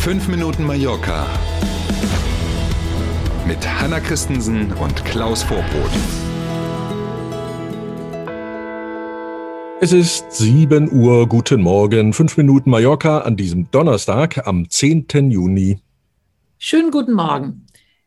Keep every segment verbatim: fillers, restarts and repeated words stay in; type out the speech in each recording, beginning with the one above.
fünf Minuten Mallorca mit Hanna Christensen und Klaus Vorbrot. Es ist sieben Uhr, guten Morgen, fünf Minuten Mallorca an diesem Donnerstag am zehnten Juni. Schönen guten Morgen.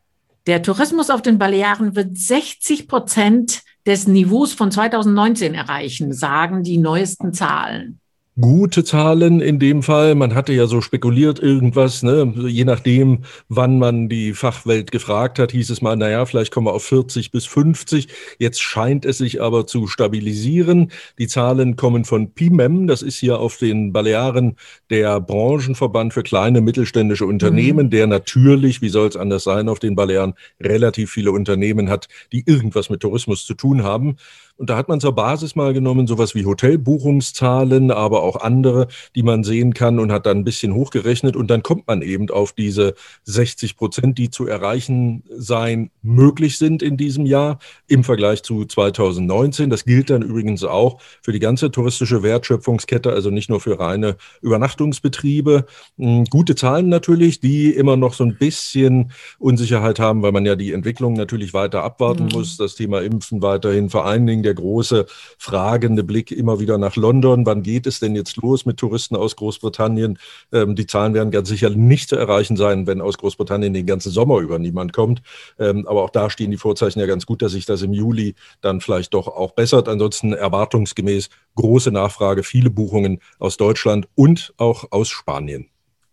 Der Tourismus auf den Balearen wird sechzig Prozent des Niveaus von zweitausendneunzehn erreichen, sagen die neuesten Zahlen. Gute Zahlen in dem Fall. Man hatte ja so spekuliert irgendwas, ne? Je nachdem, wann man die Fachwelt gefragt hat, hieß es mal, naja, vielleicht kommen wir auf vierzig bis fünfzig. Jetzt scheint es sich aber zu stabilisieren. Die Zahlen kommen von P I M E M, das ist hier auf den Balearen der Branchenverband für kleine mittelständische Unternehmen, mhm. der natürlich, wie soll es anders sein, auf den Balearen relativ viele Unternehmen hat, die irgendwas mit Tourismus zu tun haben. Und da hat man zur Basis mal genommen, sowas wie Hotelbuchungszahlen, aber auch andere, die man sehen kann und hat dann ein bisschen hochgerechnet. Und dann kommt man eben auf diese sechzig Prozent, die zu erreichen sein möglich sind in diesem Jahr im Vergleich zu zweitausendneunzehn. Das gilt dann übrigens auch für die ganze touristische Wertschöpfungskette, also nicht nur für reine Übernachtungsbetriebe. Gute Zahlen natürlich, die immer noch so ein bisschen Unsicherheit haben, weil man ja die Entwicklung natürlich weiter abwarten mhm. muss. Das Thema Impfen weiterhin, vor allen Dingen der große fragende Blick immer wieder nach London. Wann geht es denn jetzt los mit Touristen aus Großbritannien? Ähm, die Zahlen werden ganz sicher nicht zu erreichen sein, wenn aus Großbritannien den ganzen Sommer über niemand kommt. Ähm, aber auch da stehen die Vorzeichen ja ganz gut, dass sich das im Juli dann vielleicht doch auch bessert. Ansonsten erwartungsgemäß große Nachfrage, viele Buchungen aus Deutschland und auch aus Spanien.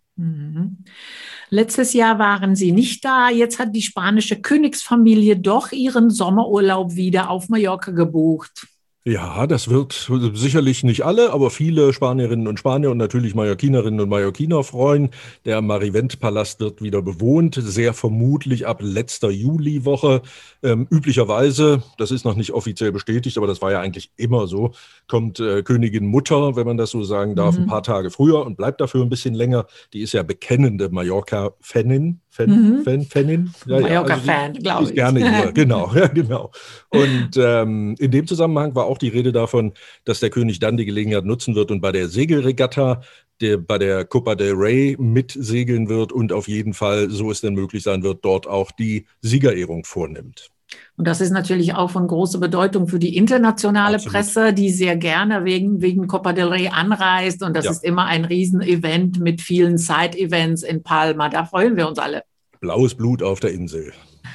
Mhm. Letztes Jahr waren Sie nicht da. Jetzt hat die spanische Königsfamilie doch ihren Sommerurlaub wieder auf Mallorca gebucht. Ja, das wird sicherlich nicht alle, aber viele Spanierinnen und Spanier und natürlich Mallorquinerinnen und Mallorquiner freuen. Der Marivent-Palast wird wieder bewohnt, sehr vermutlich ab letzter Juliwoche. Ähm, üblicherweise, das ist noch nicht offiziell bestätigt, aber das war ja eigentlich immer so, kommt äh, Königin Mutter, wenn man das so sagen darf, mhm. ein paar Tage früher und bleibt dafür ein bisschen länger. Die ist ja bekennende Mallorca-Fanin. Fan, mhm. Fan, Fanin? Ja, Mallorca-Fan, also glaube ich. Gerne hier, genau, ja, genau. Und ähm, in dem Zusammenhang war auch die Rede davon, dass der König dann die Gelegenheit nutzen wird und bei der Segelregatta, der bei der Copa del Rey mitsegeln wird und auf jeden Fall, so es denn möglich sein wird, dort auch die Siegerehrung vornimmt. Und das ist natürlich auch von großer Bedeutung für die internationale Absolut. Presse, die sehr gerne wegen, wegen Copa del Rey anreist. Und das ja. ist immer ein Riesenevent mit vielen Side-Events in Palma. Da freuen wir uns alle. Blaues Blut auf der Insel.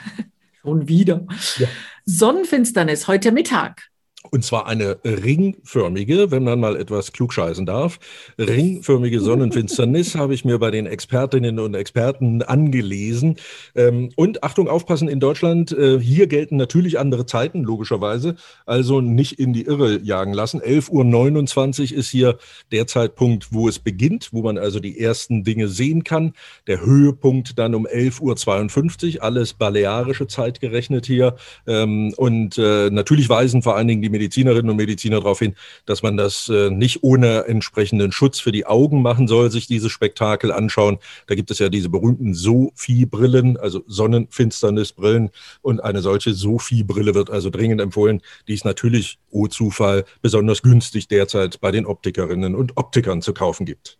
Schon wieder. Ja. Sonnenfinsternis heute Mittag. Und zwar eine ringförmige, wenn man mal etwas klugscheißen darf, ringförmige Sonnenfinsternis habe ich mir bei den Expertinnen und Experten angelesen. Und Achtung, aufpassen in Deutschland, hier gelten natürlich andere Zeiten, logischerweise, also nicht in die Irre jagen lassen. elf Uhr neunundzwanzig ist hier der Zeitpunkt, wo es beginnt, wo man also die ersten Dinge sehen kann. Der Höhepunkt dann um elf Uhr zweiundfünfzig, alles balearische Zeit gerechnet hier. Und natürlich weisen vor allen Dingen die Medizinerinnen und Mediziner darauf hin, dass man das äh, nicht ohne entsprechenden Schutz für die Augen machen soll, sich dieses Spektakel anschauen. Da gibt es ja diese berühmten Sophie-Brillen, also Sonnenfinsternisbrillen, und eine solche Sophie-Brille wird also dringend empfohlen. Die ist natürlich, oh Zufall, besonders günstig derzeit bei den Optikerinnen und Optikern zu kaufen gibt.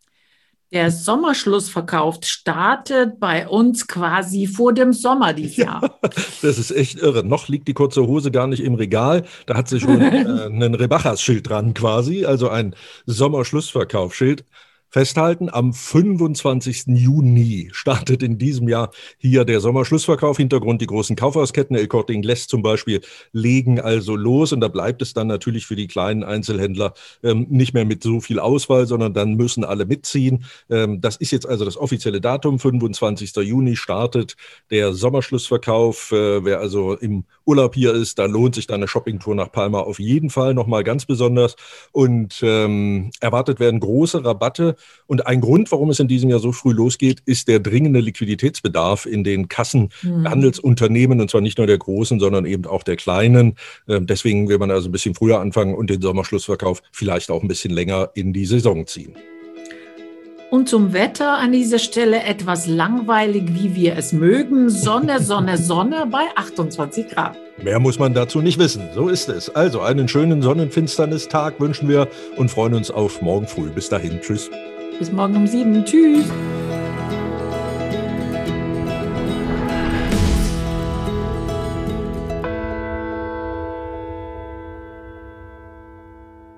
Der Sommerschlussverkauf startet bei uns quasi vor dem Sommer dieses Jahr. Ja, das ist echt irre. Noch liegt die kurze Hose gar nicht im Regal. Da hat sie schon äh, ein Rebachas-Schild dran quasi, also ein Sommerschlussverkaufsschild. Festhalten, am fünfundzwanzigsten Juni startet in diesem Jahr hier der Sommerschlussverkauf. Hintergrund, die großen Kaufhausketten, El Corte Inglés zum Beispiel, legen also los. Und da bleibt es dann natürlich für die kleinen Einzelhändler ähm, nicht mehr mit so viel Auswahl, sondern dann müssen alle mitziehen. Ähm, das ist jetzt also das offizielle Datum. fünfundzwanzigsten Juni startet der Sommerschlussverkauf. Äh, wer also im Urlaub hier ist, da lohnt sich dann eine Shoppingtour nach Palma auf jeden Fall nochmal ganz besonders. Und ähm, erwartet werden große Rabatte. Und ein Grund, warum es in diesem Jahr so früh losgeht, ist der dringende Liquiditätsbedarf in den Kassen mhm. der Handelsunternehmen, und zwar nicht nur der großen, sondern eben auch der kleinen. Deswegen will man also ein bisschen früher anfangen und den Sommerschlussverkauf vielleicht auch ein bisschen länger in die Saison ziehen. Und zum Wetter an dieser Stelle etwas langweilig, wie wir es mögen. Sonne, Sonne, Sonne bei achtundzwanzig Grad. Mehr muss man dazu nicht wissen. So ist es. Also einen schönen Sonnenfinsternistag wünschen wir und freuen uns auf morgen früh. Bis dahin. Tschüss. Bis morgen um sieben. Tschüss.